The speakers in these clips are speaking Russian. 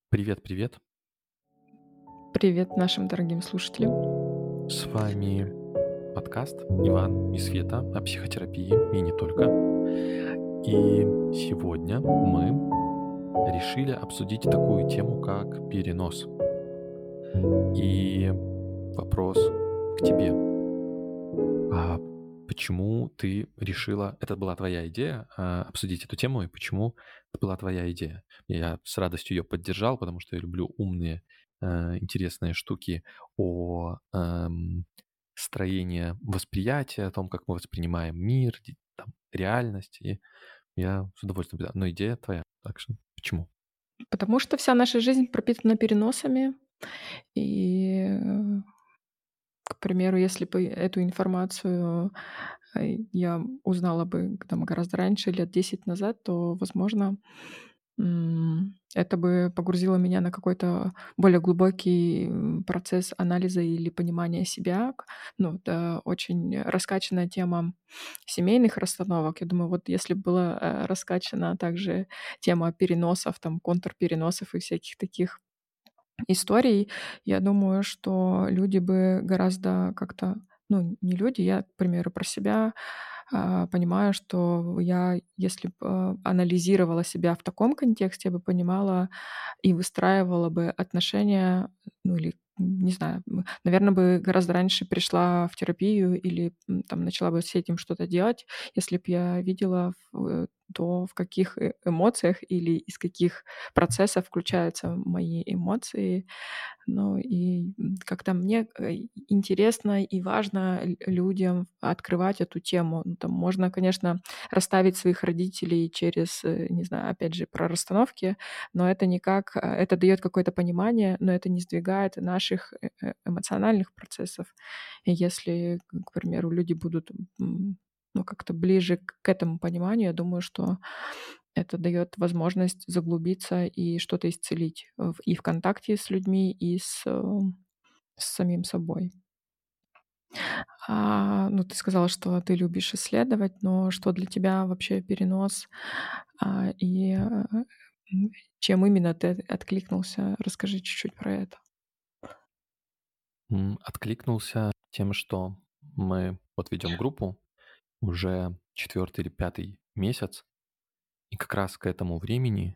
Привет, привет. Привет нашим дорогим слушателям. С вами подкаст Иван и Света о психотерапии и не только. И сегодня мы решили обсудить такую тему, как перенос. И вопрос к тебе. А почему ты решила, это была твоя идея, обсудить эту тему, и почему это была твоя идея? Я с радостью ее поддержал, потому что я люблю умные, интересные штуки о строении восприятия, о том, как мы воспринимаем мир, там, реальность. И я с удовольствием, но идея твоя, так что почему? Потому что вся наша жизнь пропитана переносами. И, к примеру, если бы эту информацию, я узнала бы там гораздо раньше, лет 10 назад, то, возможно, это бы погрузило меня на какой-то более глубокий, процесс анализа или понимания себя. Ну, это очень раскачанная тема семейных расстановок. Я думаю, вот если бы была, раскачана также тема переносов, там, контрпереносов и всяких таких историй, я думаю, что люди бы гораздо как-то, ну, не люди, я, к примеру, про себя, понимаю, что я, если б, анализировала себя в таком контексте, я бы понимала и выстраивала бы отношения, ну, или, не знаю, наверно, бы гораздо раньше пришла в терапию или, там начала бы с этим что-то делать, если б я видела то, в каких эмоциях или из каких процессов включаются мои эмоции. Ну и, как-то мне, интересно и важно людям открывать эту тему. Ну, там можно, конечно, расставить своих родителей через, не знаю, опять же, про расстановки, но это никак, это даёт какое-то понимание, но это не сдвигает наших эмоциональных процессов. И если, к примеру, люди будут, ну, как-то ближе к этому пониманию, я думаю, что это даёт возможность заглубиться и что-то исцелить и в контакте с людьми, и с самим собой. Ну, ты сказала, что ты любишь исследовать, но что для тебя вообще перенос, и, чем именно ты откликнулся? Расскажи чуть-чуть про это. Откликнулся тем, что мы вот ведем группу уже четвертый или пятый месяц, и как раз к этому времени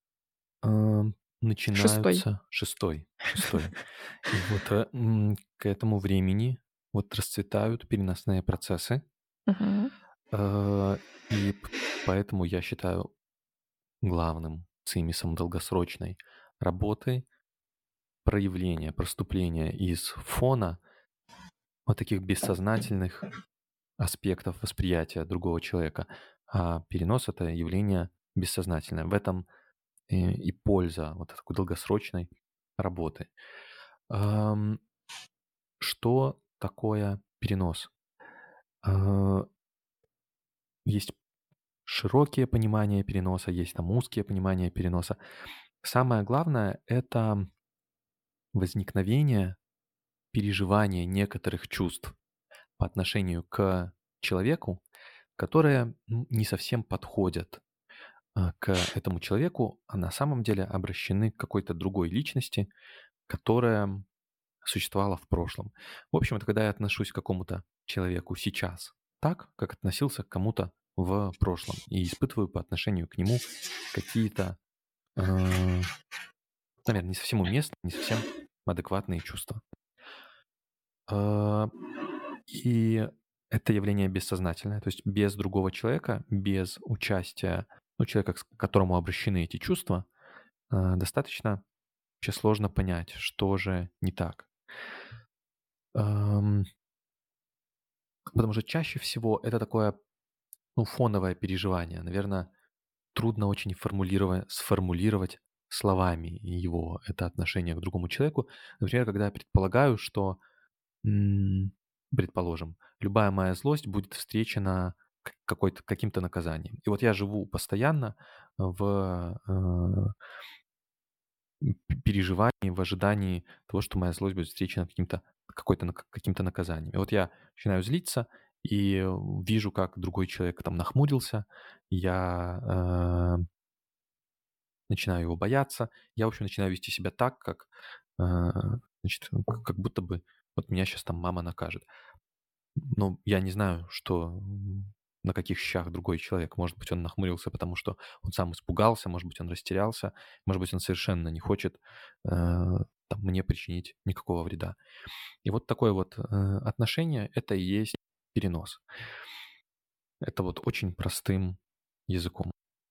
Шестой. начинаются шестой. И вот, к этому времени вот расцветают переносные процессы. Мгм. Э, и поэтому я считаю главным цимисом долгосрочной работы проявление, проступление из фона вот таких бессознательных аспектов восприятия другого человека. А перенос — это явление бессознательное. В этом и польза вот такой долгосрочной работы. Ам, что такое перенос? А, есть широкие понимания переноса, есть там узкие понимания переноса. Самое главное — это возникновение, переживание некоторых чувств по отношению к человеку, которые не совсем подходят к этому человеку, а на самом деле обращены к какой-то другой личности, которая существовала в прошлом. В общем, это когда я отношусь к какому-то человеку сейчас так, как относился к кому-то в прошлом, и испытываю по отношению к нему какие-то, наверное, не совсем уместные, не совсем адекватные чувства. А, И это явление бессознательное, то есть без другого человека, без участия, ну, человека, к которому обращены эти чувства, достаточно вообще сложно понять, что же не так. Ам, Потому что чаще всего это такое, ну, фоновое переживание. Наверное, трудно очень сформулировать словами его это отношение к другому человеку. Например, когда я предполагаю, что, предположим, любая моя злость будет встречена каким-то наказанием. И вот я живу постоянно в переживании, в ожидании того, что моя злость будет встречена каким-то наказанием. И вот я начинаю злиться и вижу, как другой человек там нахмурился. Я начинаю его бояться. Я, в общем, начинаю вести себя так, как, значит, как будто бы вот меня сейчас там мама накажет. Ну, я не знаю, на каких щах другой человек. Может быть, он нахмурился, потому что он сам испугался, может быть, он растерялся, может быть, он совершенно не хочет там, мне причинить никакого вреда. И вот такое вот отношение — это и есть перенос. Это вот очень простым языком.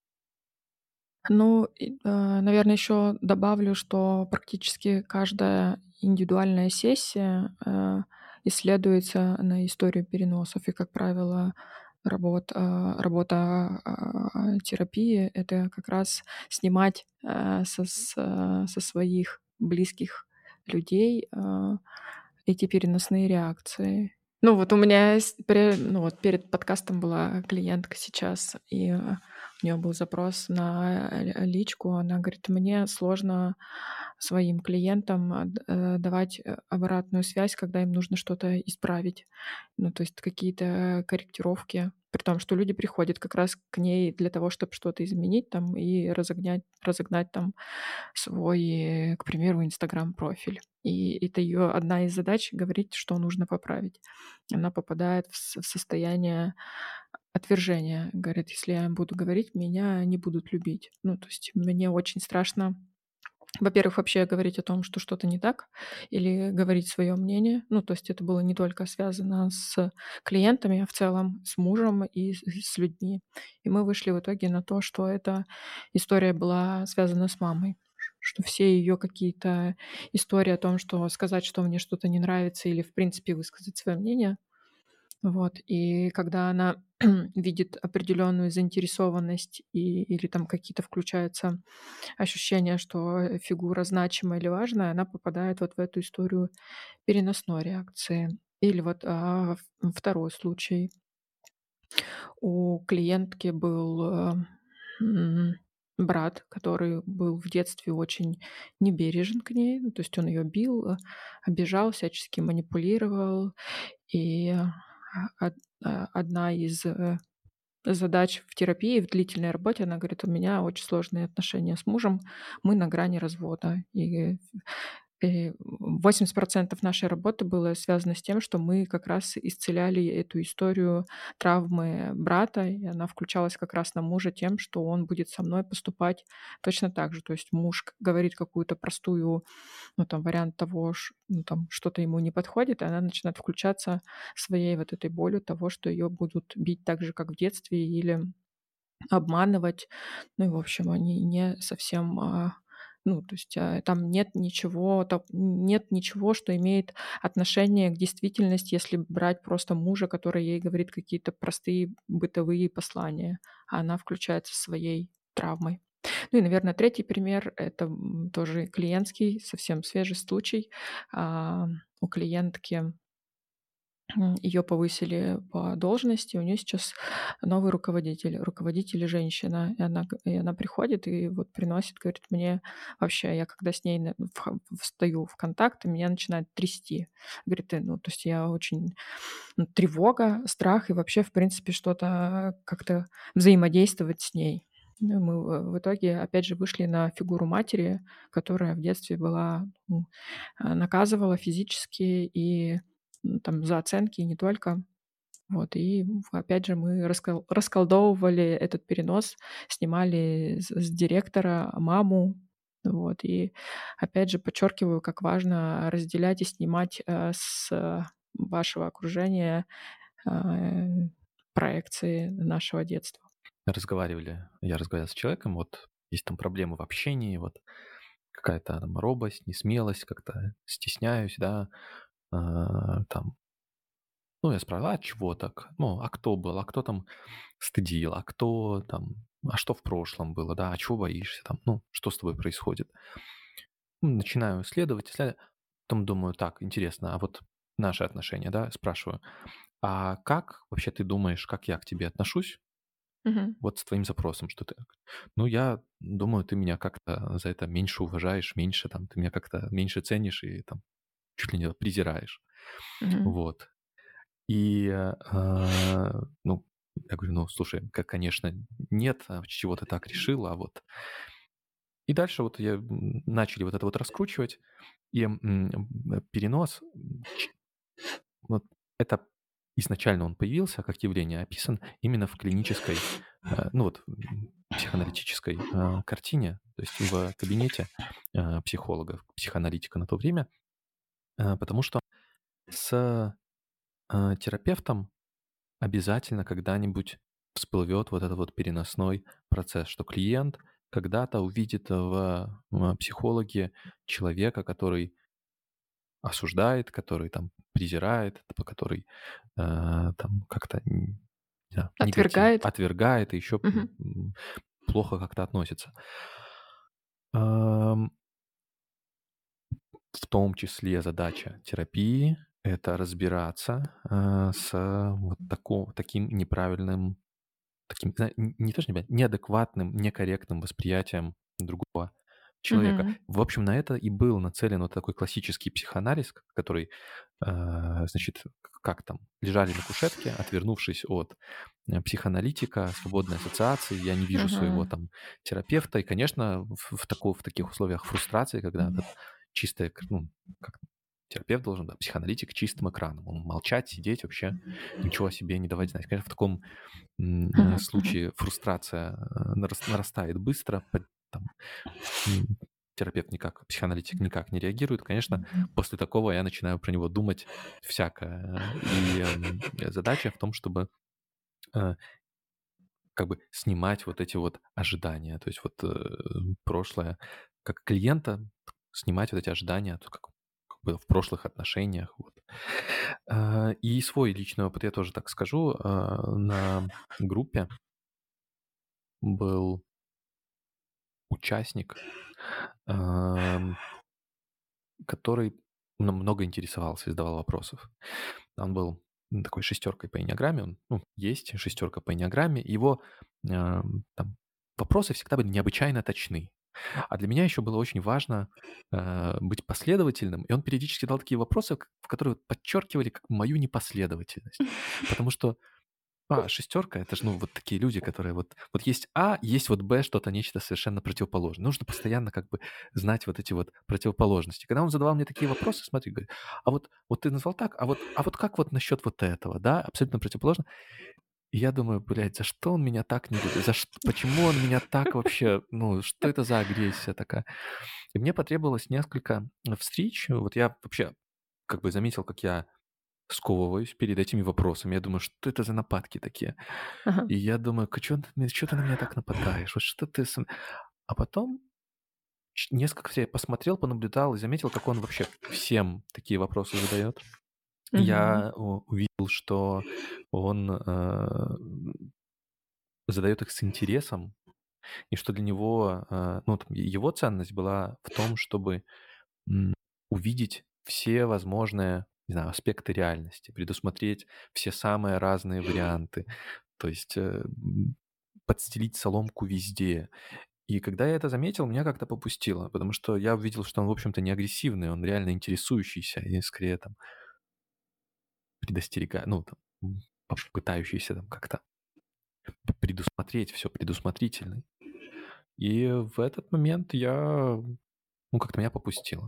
Ну, наверное, еще добавлю, что практически каждая индивидуальная сессия, исследуется на историю переносов. И, как правило, работа терапии — это как раз снимать, со своих близких людей, эти переносные реакции. Ну, вот у меня ну, вот перед подкастом была клиентка сейчас, и у нее был запрос на личку. Она говорит: мне сложно своим клиентам давать обратную связь, когда им нужно что-то исправить. Ну, то есть какие-то корректировки. При том, что люди приходят как раз к ней для того, чтобы что-то изменить там и разогнать там свой, к примеру, Инстаграм-профиль. И это ее одна из задач — говорить, что нужно поправить. Она попадает в состояние отвержения. Говорит: если я буду говорить, меня не будут любить. Ну, то есть мне очень страшно, во-первых, вообще говорить о том, что что-то не так, или говорить свое мнение. Ну, то есть это было не только связано с клиентами, а в целом с мужем и с людьми. И мы вышли в итоге на то, что эта история была связана с мамой. Что все ее какие-то истории о том, что сказать, что мне что-то не нравится, или в принципе высказать свое мнение, вот. И когда она видит определенную заинтересованность или там какие-то включаются ощущения, что фигура значимая или важная, она попадает вот в эту историю переносной реакции. Или вот, второй случай. У клиентки был, м, брат, который был в детстве очень небережен к ней. Ну, то есть он ее бил, обижал, всячески манипулировал. И, одна из, задач в терапии, в длительной работе, она говорит: у меня очень сложные отношения с мужем, мы на грани развода. И 80% нашей работы было связано с тем, что мы как раз исцеляли эту историю травмы брата, и она включалась как раз на мужа тем, что он будет со мной поступать точно так же. То есть муж говорит какую-то простую, ну, там, вариант того, ну, там, что-то ему не подходит, и она начинает включаться своей вот этой болью того, что ее будут бить так же, как в детстве, или обманывать. Ну и, в общем, они не совсем, ну, то есть, там нет ничего, что имеет отношение к действительности, если брать просто мужа, который ей говорит какие-то простые бытовые послания, а она включается своей травмой. Ну и, наверное, третий пример — это, тоже клиентский, совсем свежий случай. У клиентки ее повысили по должности, у нее сейчас новый руководитель. Руководитель женщина. И она приходит и вот приносит, говорит: мне вообще, я когда с ней встаю в контакт, меня начинает трясти. Говорит, ну, то есть я очень, ну, тревога, страх и вообще, в принципе, что-то как-то взаимодействовать с ней. Ну, мы в итоге опять же вышли на фигуру матери, которая в детстве была, ну, наказывала физически и, там за оценки, и не только. Вот, и опять же мы расколдовывали этот перенос, снимали с директора маму. Вот, и опять же подчеркиваю, как важно разделять и снимать, с вашего окружения, а, проекции нашего детства. Я разговаривал с человеком, вот есть там проблемы в общении, вот какая-то там робость, несмелость, как-то стесняюсь, да, там. Ну, я спрашиваю: "А чего так? Ну, а кто был? А кто там стыдил? А кто там? А что в прошлом было, да? А чего боишься там? Ну, что с тобой происходит?" Начинаю исследовать. Потом думаю: "Так, интересно, а вот наши отношения", да, спрашиваю: "А как вообще ты думаешь, как я к тебе отношусь Мгм. вот с твоим запросом, что ты?" "Ну, я думаю, ты меня как-то за это меньше уважаешь, меньше там, ты меня как-то меньше ценишь и там чуть ли не презираешь". Мгм. Вот. И, ну, я говорю: "Ну, слушай, конечно, нет, а с чего ты так решила, а вот". И дальше вот начали вот это вот раскручивать, и перенос, вот это изначально он появился как явление, описан именно в клинической, ну вот, психоаналитической картине, то есть в кабинете психолога, психоаналитика на то время, потому что с терапевтом обязательно когда-нибудь всплывет вот этот вот переносной процесс, что клиент когда-то увидит в психологе человека, который осуждает, который там презирает, который там как-то не знаю, Отвергает. отвергает и еще Мгм. плохо как-то относится. Ам, В том числе задача терапии — это разбираться с вот таким неправильным, таким, не то что неадекватным, некорректным восприятием другого человека. Мгм. В общем, на это и был нацелен вот такой классический психоанализ, который, значит, как там, лежали на кушетке, отвернувшись от психоаналитика, свободной ассоциации, я не вижу своего Мгм. там терапевта. И, конечно, в таких условиях фрустрации, когда чистая, ну, как терапевт должен, да, психоаналитик чистым экраном, он молчать, сидеть, вообще ничего о себе не давать знать. Конечно, в таком Мгм. Мгм. случае фрустрация нарастает быстро, там, м, терапевт никак, психоаналитик никак не реагирует. Конечно, после такого я начинаю про него думать всякое. И задача в том, чтобы э, как бы снимать вот эти вот ожидания. То есть вот прошлое, как клиента, снимать вот эти ожидания, как было в прошлых отношениях. Вот. И свой личный опыт я тоже так скажу. На группе был участник, ам, который много интересовался и задавал вопросов. Он был такой шестеркой по эннеаграмме, он, ну, есть шестерка по эннеаграмме, его там вопросы всегда были необычайно точны. А для меня еще было очень важно быть последовательным, и он периодически дал такие вопросы, в которые вот подчеркивали как мою непоследовательность. Потому что шестерка — это ж, ну, вот такие люди, которые вот есть А, есть вот Б, что-то, нечто совершенно противоположное. Нужно постоянно как бы знать вот эти вот противоположности. Когда он задавал мне такие вопросы, смотри, говорит: "А вот ты назвал так, а вот как вот насчет вот этого?" Да, абсолютно противоположно. И я думаю: "Блядь, за что он меня так не любит? Почему он меня так вообще, ну, что это за агрессия такая?" И мне потребовалось несколько встреч. Вот я вообще как бы заметил, как я сковываюсь перед этими вопросами. Я думаю: "Что это за нападки такие?" Ага. И я думаю: чё ты на меня так нападаешь? Вот что ты см" А потом несколько раз я посмотрел, понаблюдал и заметил, как он вообще всем такие вопросы задает. Мгм. Я увидел, что он задает их с интересом, и что для него, ну, там, его ценность была в том, чтобы м, увидеть все возможные, не знаю, аспекты реальности, предусмотреть все самые разные варианты, то есть подстелить соломку везде. И когда я это заметил, меня как-то попустило, потому что я увидел, что он, в общем-то, не агрессивный, он реально интересующийся и скорее там ну, там, пытающийся там как-то предусмотреть все, предусмотрительный. И в этот момент ну, как-то меня попустило.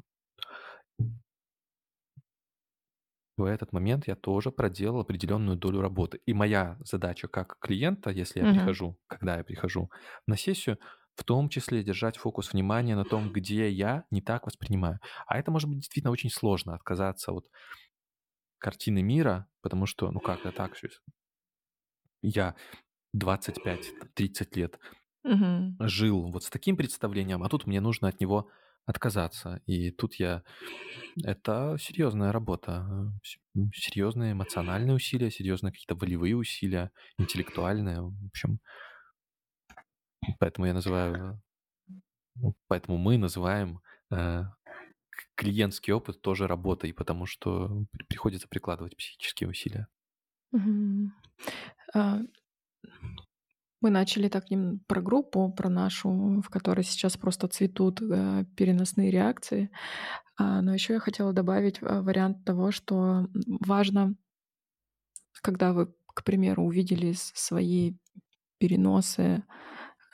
В этот момент я тоже проделал определенную долю работы. И моя задача как клиента, если я Мгм. прихожу, когда я прихожу на сессию, в том числе держать фокус внимания на том, где я не так воспринимаю. А это может быть действительно очень сложно отказаться от картины мира, потому что, ну как это так, я 25-30 лет Мгм. жил вот с таким представлением, а тут мне нужно от него отказаться. И тут это серьезная работа, серьезные эмоциональные усилия, серьезные какие-то волевые усилия, интеллектуальные. В общем, поэтому я называю, поэтому мы называем клиентский опыт тоже работой, потому что приходится прикладывать психические усилия. Мгм. А, мы начали так про группу, про нашу, в которой сейчас просто цветут, переносные реакции. Но еще я хотела добавить, вариант того, что, важно, когда вы, к примеру, увидели свои переносы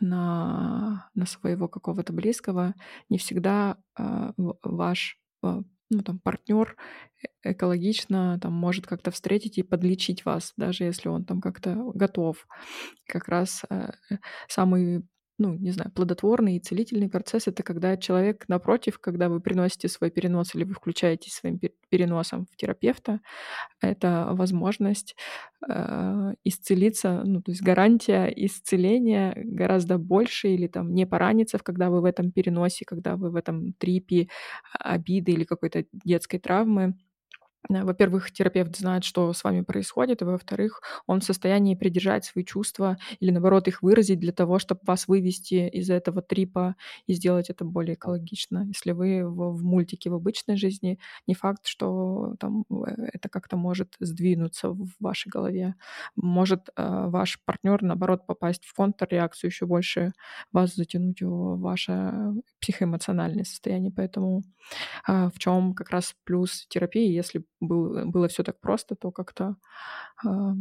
на своего какого-то близкого, не всегда, ваш, ну, там, партнер экологично там может как-то встретить и подлечить вас, даже если он там как-то готов. Как раз, самый, ну, не знаю, плодотворный и целительный процесс — это когда человек напротив, когда вы приносите свой перенос или вы включаетесь своим переносом в терапевта, это возможность, исцелиться, ну, то есть гарантия исцеления гораздо больше или там не пораниться, когда вы в этом переносе, когда вы в этом трипе обиды или какой-то детской травмы. Во-первых, терапевт знает, что с вами происходит, и, во-вторых, он в состоянии придержать свои чувства или, наоборот, их выразить для того, чтобы вас вывести из этого трипа и сделать это более экологично. Если вы в мультике, в обычной жизни, не факт, что там это как-то может сдвинуться в вашей голове. Может, ваш партнер, наоборот, попасть в контрреакцию, еще больше вас затянуть в ваше психоэмоциональное состояние. Поэтому в чем как раз плюс терапии. Если было все так просто, то как-то, а,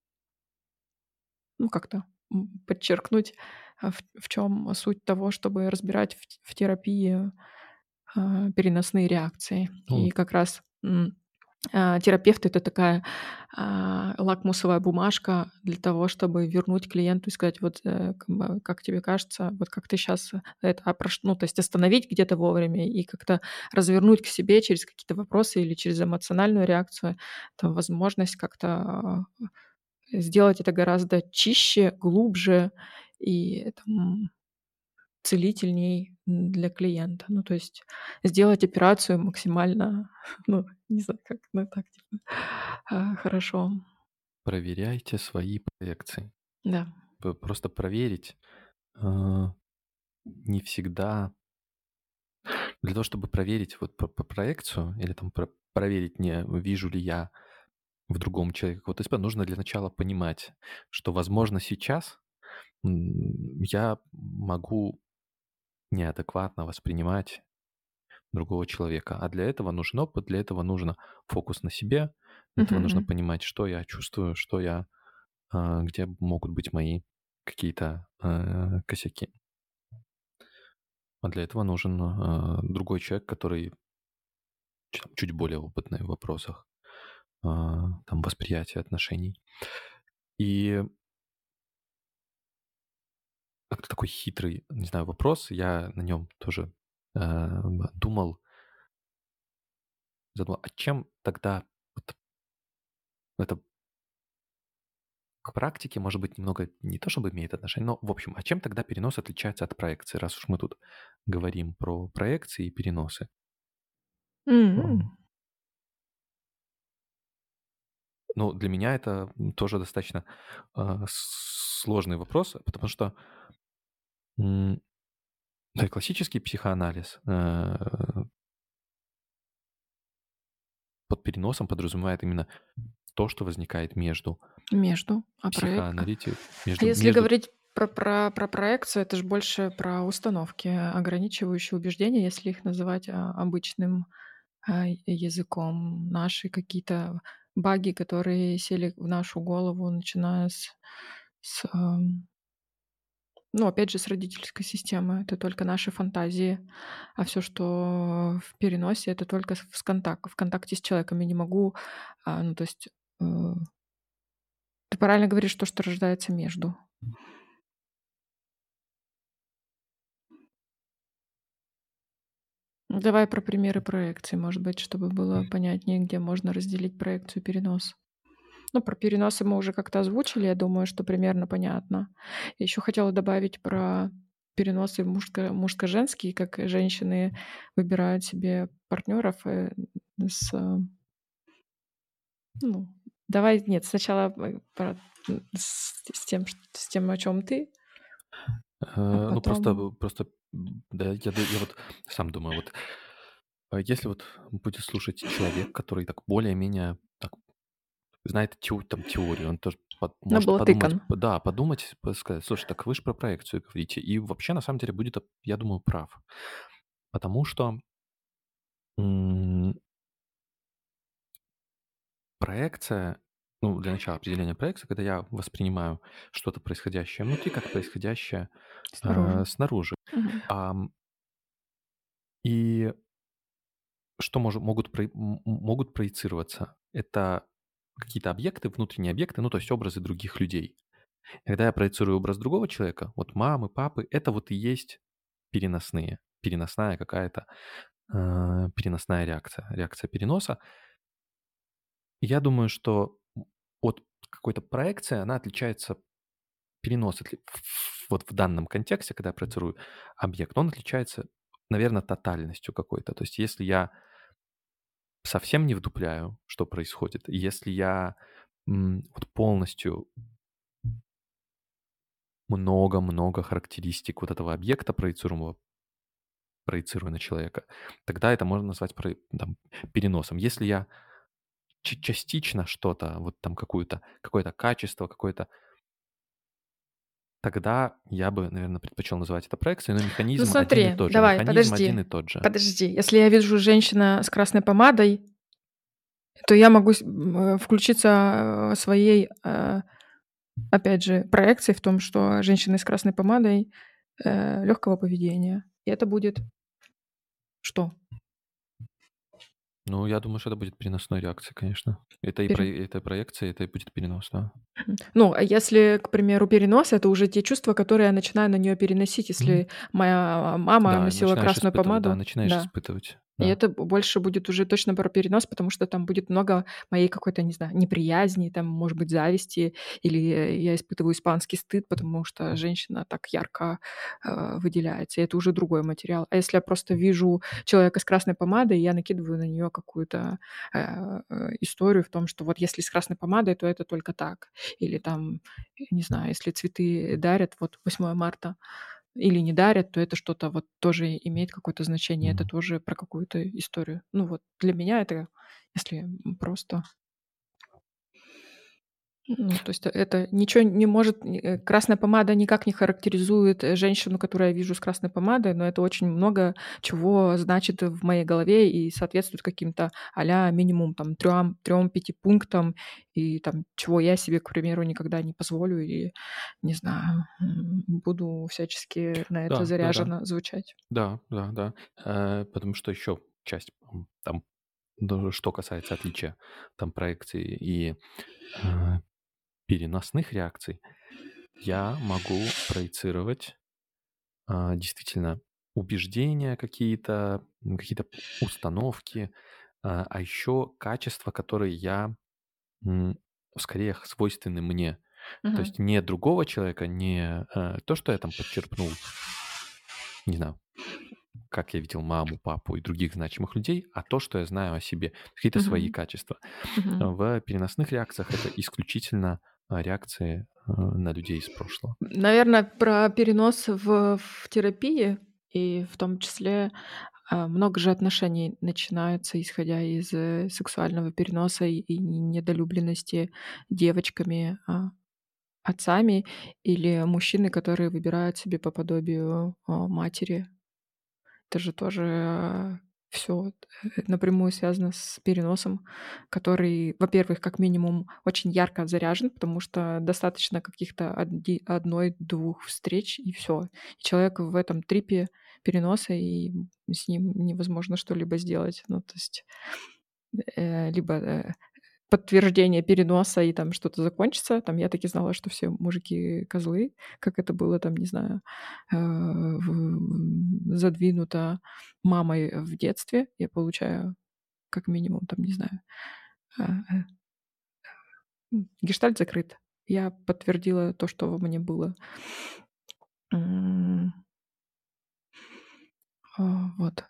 ну, как-то, подчеркнуть, в чем суть того, чтобы разбирать в терапии, переносные реакции. Ну, И как раз, терапевт — это такая, лакмусовая бумажка для того, чтобы вернуть клиенту и сказать: "Вот, как бы, как тебе кажется, вот как ты сейчас это ну, то есть остановить где-то вовремя и как-то развернуть к себе через какие-то вопросы или через эмоциональную реакцию. Это возможность как-то, сделать это гораздо чище, глубже и там целительней, для клиента. Ну, то есть сделать операцию максимально, ну, не знаю как, ну, так типа, хорошо. проверяйте свои проекции. Да. Просто проверить а, не всегда. Для того, чтобы проверить вот по проекцию или там проверить, не вижу ли я в другом человеке какого-то СП, нужно для начала понимать, что, возможно, сейчас я могу неадекватно воспринимать другого человека. А для этого нужен опыт, для этого нужно фокус на себе, для этого нужно Мгм. понимать, что я чувствую, где могут быть мои какие-то косяки. А для этого нужен другой человек, который чуть более опытный в вопросах там восприятия отношений. И это такой хитрый, не знаю, вопрос. Я на нем тоже думал, задумал, а чем тогда вот это к практике, может быть, немного не то чтобы имеет отношение, но, в общем, а чем тогда перенос отличается от проекции, раз уж мы тут говорим про проекции и переносы? М. Ам, Ну, для меня это тоже достаточно сложный вопрос, потому что м, да, и классический психоанализ под переносом подразумевает именно то, что возникает между Проект. психоаналитик, А между, если между говорить про проекцию, это ж больше про установки, ограничивающие убеждения, если их называть, обычным, языком. Наши какие-то баги, которые сели в нашу голову, начиная с, ну, опять же, с родительской системы. Это только наши фантазии, а все, что в переносе — это только в контакте с человеком. Я не могу, ну, то есть, э, ты правильно говоришь, то, что рождается между. Давай про примеры проекции, может быть, чтобы было понятнее, где можно разделить проекцию и перенос. Ну, про переносы мы уже как-то озвучили, я думаю, что примерно понятно. Еще хотела добавить про переносы мужско-женские, как женщины выбирают себе партнеров с, ну, давай, нет, сначала с тем, о чем ты, а Ну, просто, потом да, я вот сам думаю, вот если вот будет слушать человек, который так более-менее так знает там теорию, он тоже может подумать, набалдыкан. да, подумать, сказать, слушай, так вы же про проекцию говорите. И вообще, на самом деле, будет, я думаю, прав. Потому что м, проекция ну, для начала определение проекции, когда я воспринимаю что-то происходящее внутри как происходящее Снаружи. снаружи. Мгм. Ам, и что могут проецироваться? Это какие-то объекты, внутренние объекты, ну, то есть образы других людей. Когда я проецирую образ другого человека, вот мамы, папы, это вот и есть переносная какая-то, переносная реакция переноса. Я думаю, что от какой-то проекции она отличается, перенос вот в данном контексте, когда я проецирую объект, он отличается, наверное, тотальностью какой-то. То есть если я совсем не вдупляю, что происходит, и если я вот полностью много-много характеристик вот этого объекта проецируемого проецирую на человека, тогда это можно назвать там, переносом. Если я частично что-то, вот там какое-то качество, тогда я бы, наверное, предпочел называть это проекцией, но Ну механизм один и смотри, тот же. давай, Механизм подожди. один и тот же. Подожди. Если я вижу женщина с красной помадой, то я могу включиться, своей, опять же, проекцией в том, что женщины с красной помадой, легкого поведения. И это будет что? Ну, я думаю, что это будет переносной реакцией, конечно. Это проекция, это и будет перенос, да. Ну, а если, к примеру, перенос — это уже те чувства, которые я начинаю на нее переносить. Мгм. Если моя мама Да, носила начинаешь красную испытывать, да, помаду, начинаешь да. испытывать, И да. это больше будет уже точно про перенос, потому что там будет много моей какой-то, не знаю, неприязни, там, может быть, зависти, или я испытываю испанский стыд, потому что женщина так ярко выделяется. И это уже другой материал. А если я просто вижу человека с красной помадой, я накидываю на нее какую-то историю в том, что вот если с красной помадой, то это только так. Или там, не знаю, если цветы дарят, вот 8 марта, или не дарят, то это что-то вот тоже имеет какое-то значение. Это Мгм. тоже про какую-то историю. Ну вот для меня это, если просто, ну, то есть это ничего не может, красная помада никак не характеризует женщину, которую я вижу с красной помадой, но это очень много чего значит в моей голове и соответствует каким-то а-ля минимум там 3-5 пунктам, и там чего я себе, к примеру, никогда не позволю и, не знаю, буду всячески на это Да, да-да. заряженно звучать. Да, да, да. Потому что еще часть, там, даже что касается отличия там проекции и э, переносных реакций, я могу проецировать действительно убеждения какие-то установки, а еще качества, которые м, скорее свойственны мне. То Мгм. есть не другого человека, не то, что я там подчерпнул, не знаю, как я видел маму, папу и других значимых людей, а то, что я знаю о себе, какие-то свои Мгм. качества. Мгм. В переносных реакциях это исключительно реакции на людей из прошлого. Наверно, про перенос в терапии, и в том числе, много же отношений начинается, исходя из, сексуального переноса и недолюбленности девочками, отцами или мужчины, которые выбирают себе по подобию, матери. Это же тоже все напрямую связано с переносом, который, во-первых, как минимум, очень ярко заряжен, потому что достаточно каких-то 1-2 встреч, и все. И человек в этом трипе переноса, и с ним невозможно что-либо сделать. Ну, то есть, либо, подтверждение переноса, и там что-то закончится. Там я таки знала, что все мужики козлы, как это было там, не знаю, задвинуто мамой в детстве. Я получаю как минимум там, не знаю, а, э, гештальт закрыт. Я подтвердила то, что во мне было. М, вот.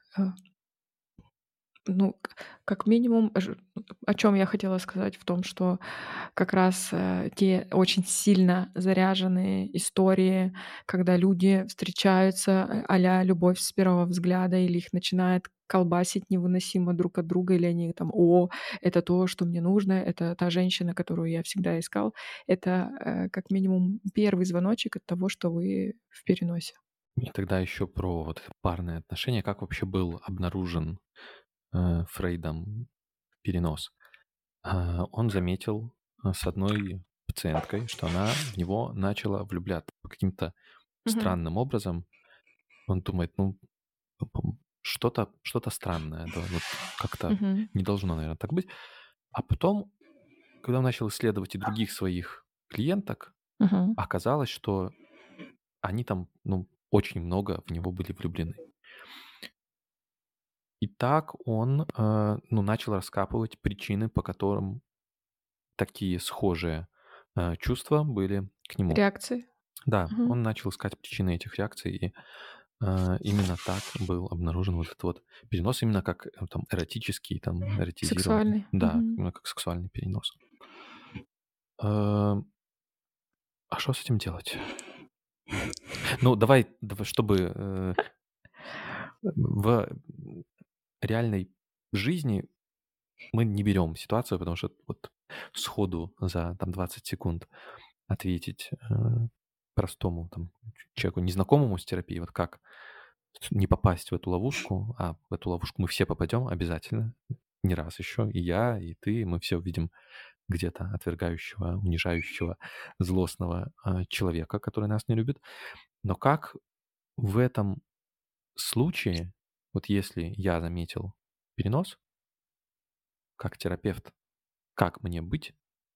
Ну, как минимум, о чем я хотела сказать, в том, что как раз, те очень сильно заряженные истории, когда люди встречаются, а-ля "Любовь с первого взгляда", или их начинает колбасить невыносимо друг от друга, или они там: "О, это то, что мне нужно, это та женщина, которую я всегда искал". Это, как минимум первый звоночек от того, что вы в переносе. И тогда еще про вот парные отношения. Как вообще был обнаружен Фрейдом перенос? Он заметил с одной пациенткой, что она в него начала влюбляться по каким-то Мгм. странным образом. Он думает, ну, что-то странное, да, вот как-то Мгм. не должно, наверное, так быть. А потом, когда он начал исследовать и других своих клиенток, Мгм. оказалось, что они там, ну, очень много в него были влюблены. И так он, ну, начал раскапывать причины, по которым такие схожие, чувства были к нему. Реакции. Да, Мгм. он начал искать причины этих реакций, и, именно так был обнаружен вот этот вот перенос, именно как, там эротический, там эротизированный. Сексуальный. Да, Мгм. именно как сексуальный перенос. Э, а что с этим делать? Ну, давай, чтобы, в реальной жизни мы не берем ситуацию, потому что вот сходу за там 20 секунд ответить, простому там человеку, незнакомому с терапией, вот как не попасть в эту ловушку, а в эту ловушку мы все попадем обязательно, не раз еще, и я, и ты, мы все увидим где-то отвергающего, унижающего, злостного, человека, который нас не любит. Но как в этом случае, вот если я заметил перенос, как терапевт, как мне быть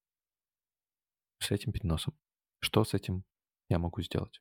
с этим переносом? Что с этим я могу сделать?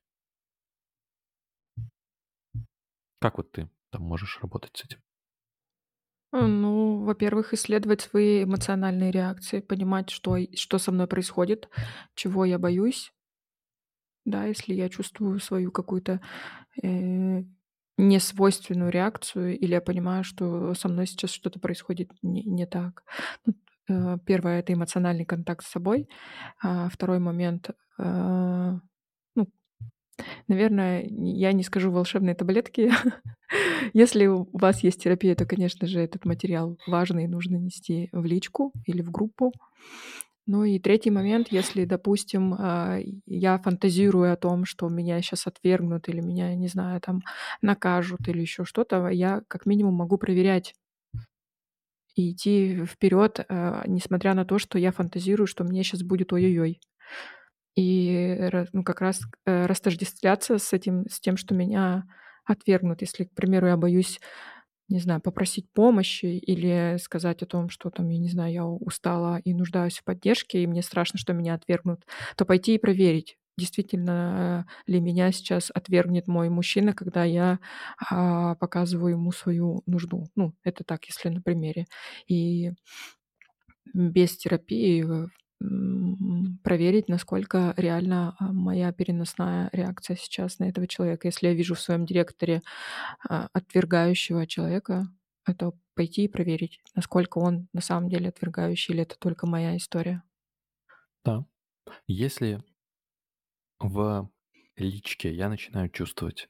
Как вот ты там можешь работать с этим? Ну, во-первых, исследовать свои эмоциональные реакции, понимать, что со мной происходит, чего я боюсь. Да, если я чувствую свою какую-то, э, несвойственную реакцию или я понимаю, что со мной сейчас что-то происходит не так. Ну, 1 — это эмоциональный контакт с собой, а 2 момент, ну, наверное, я не скажу волшебные таблетки. Если у вас есть терапия, то, конечно же, этот материал важный и нужно нести в личку или в группу. Ну и третий момент, если, допустим, я фантазирую о том, что меня сейчас отвергнут или меня, не знаю, там накажут или еще что-то, я как минимум могу проверять и идти вперед, несмотря на то, что я фантазирую, что мне сейчас будет ой-ой-ой. И ну, как раз, растождествляться с этим, с тем, что меня отвергнут. Если, к примеру, я боюсь, не знаю, попросить помощи или сказать о том, что там, я не знаю, я устала и нуждаюсь в поддержке, и мне страшно, что меня отвергнут, то пойти и проверить, действительно ли меня сейчас отвергнет мой мужчина, когда я, показываю ему свою нужду. Ну, это так, если на примере. И без терапии, проверить, насколько реально, моя переносная реакция сейчас на этого человека. Если я вижу в своем директоре, отвергающего человека, это пойти и проверить, насколько он на самом деле отвергающий или это только моя история. Да. Если в личке я начинаю чувствовать,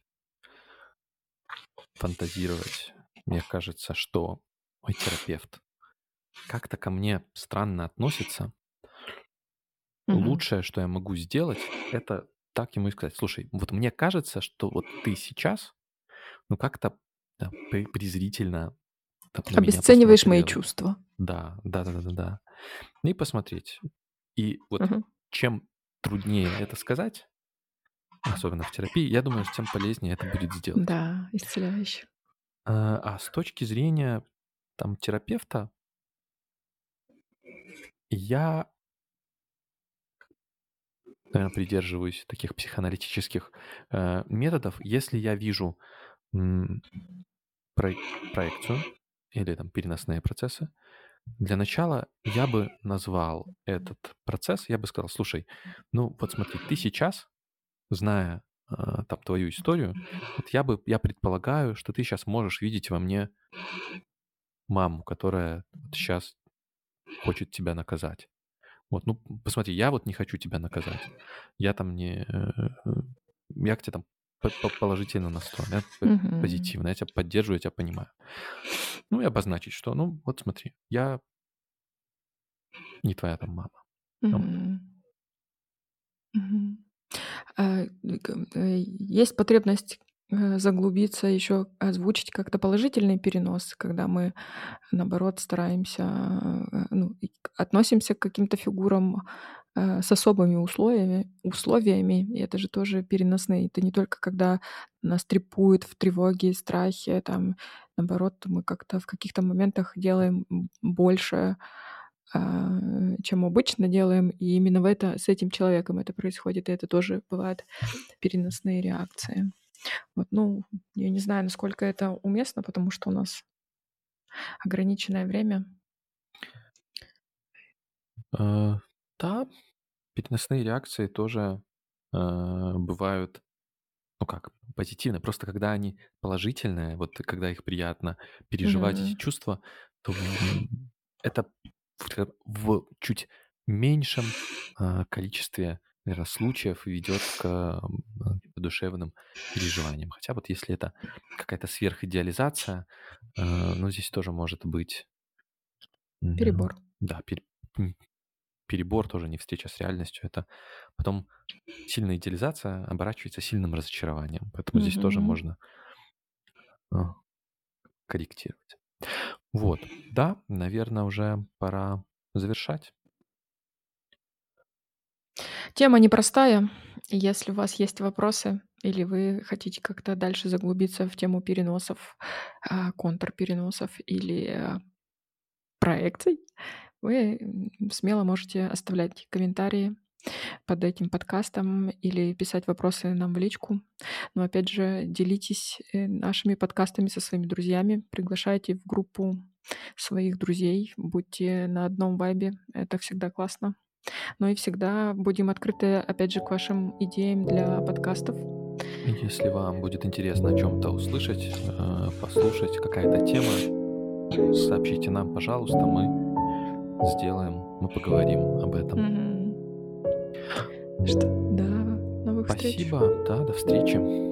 фантазировать, мне кажется, что мой терапевт как-то ко мне странно относится, Мгм. лучшее, что я могу сделать, это так ему и сказать: "Слушай, вот мне кажется, что вот ты сейчас, ну, как-то, да, презрительно там на меня Обесцениваешь мои посмотрела". чувства. Да, да-да-да-да-да. И посмотреть. И вот Мгм. чем труднее это сказать, особенно в терапии, я думаю, тем полезнее это будет сделать. Да, исцеляюще. А с точки зрения там терапевта, я, наверно, придерживаюсь таких психоаналитических, методов. Если я вижу, м, проекцию или там переносные процессы, для начала я бы назвал этот процесс, я бы сказал: "Слушай, ну вот смотри, ты сейчас, зная, там твою историю, вот я предполагаю, что ты сейчас можешь видеть во мне маму, которая вот щас хочет тебя наказать. Вот, ну, посмотри, я вот не хочу тебя наказать. Я там не, я к тебе там положительно настроен, я Мгм. позитивно, я тебя поддерживаю, я тебя понимаю. Ну и обозначить, что, ну, вот смотри, я не твоя там мама. Вот. Мгм. Мгм. Есть потребность заглубиться, еще озвучить как-то положительный перенос, когда мы, наоборот, стараемся, ну, и относимся к каким-то фигурам, с особыми условиями. И это же тоже переносные. Это не только когда нас трепует в тревоге, страхе, там, наоборот, мы как-то в каких-то моментах делаем больше, чем обычно делаем, и именно с этим человеком это происходит, и это тоже бывают переносные реакции. Вот, ну, я не знаю, насколько это уместно, потому что у нас ограниченное время. Э, Да, переносные реакции тоже бывают, ну как, позитивные. Просто когда они положительные, вот когда их приятно переживать, эти Мгм. чувства, то это в чуть меньшем количестве, наверно, случаев ведет к душевным переживаниям. Хотя вот если это какая-то сверхидеализация, ну, здесь тоже может быть, Перебор. да, м, перебор, тоже не встреча с реальностью. Это потом сильная идеализация оборачивается сильным разочарованием. Поэтому здесь тоже Мгм. можно а, корректировать. Вот. Да, наверное, уже пора завершать. Тема непростая. И если у вас есть вопросы или вы хотите как-то дальше заглубиться в тему переносов, контрпереносов или, проекций, вы, смело можете оставлять комментарии под этим подкастом или писать вопросы нам в личку. Но опять же, делитесь, нашими подкастами со своими друзьями, приглашайте в группу своих друзей, будьте на одном вайбе, это всегда классно. Ну и всегда будем открыты, опять же, к вашим идеям для подкастов. Если вам будет интересно о чем-то услышать, послушать, какая-то тема, сообщите нам, пожалуйста, мы поговорим об этом. Мгм. Что, до новых встреч! Спасибо, да, до встречи.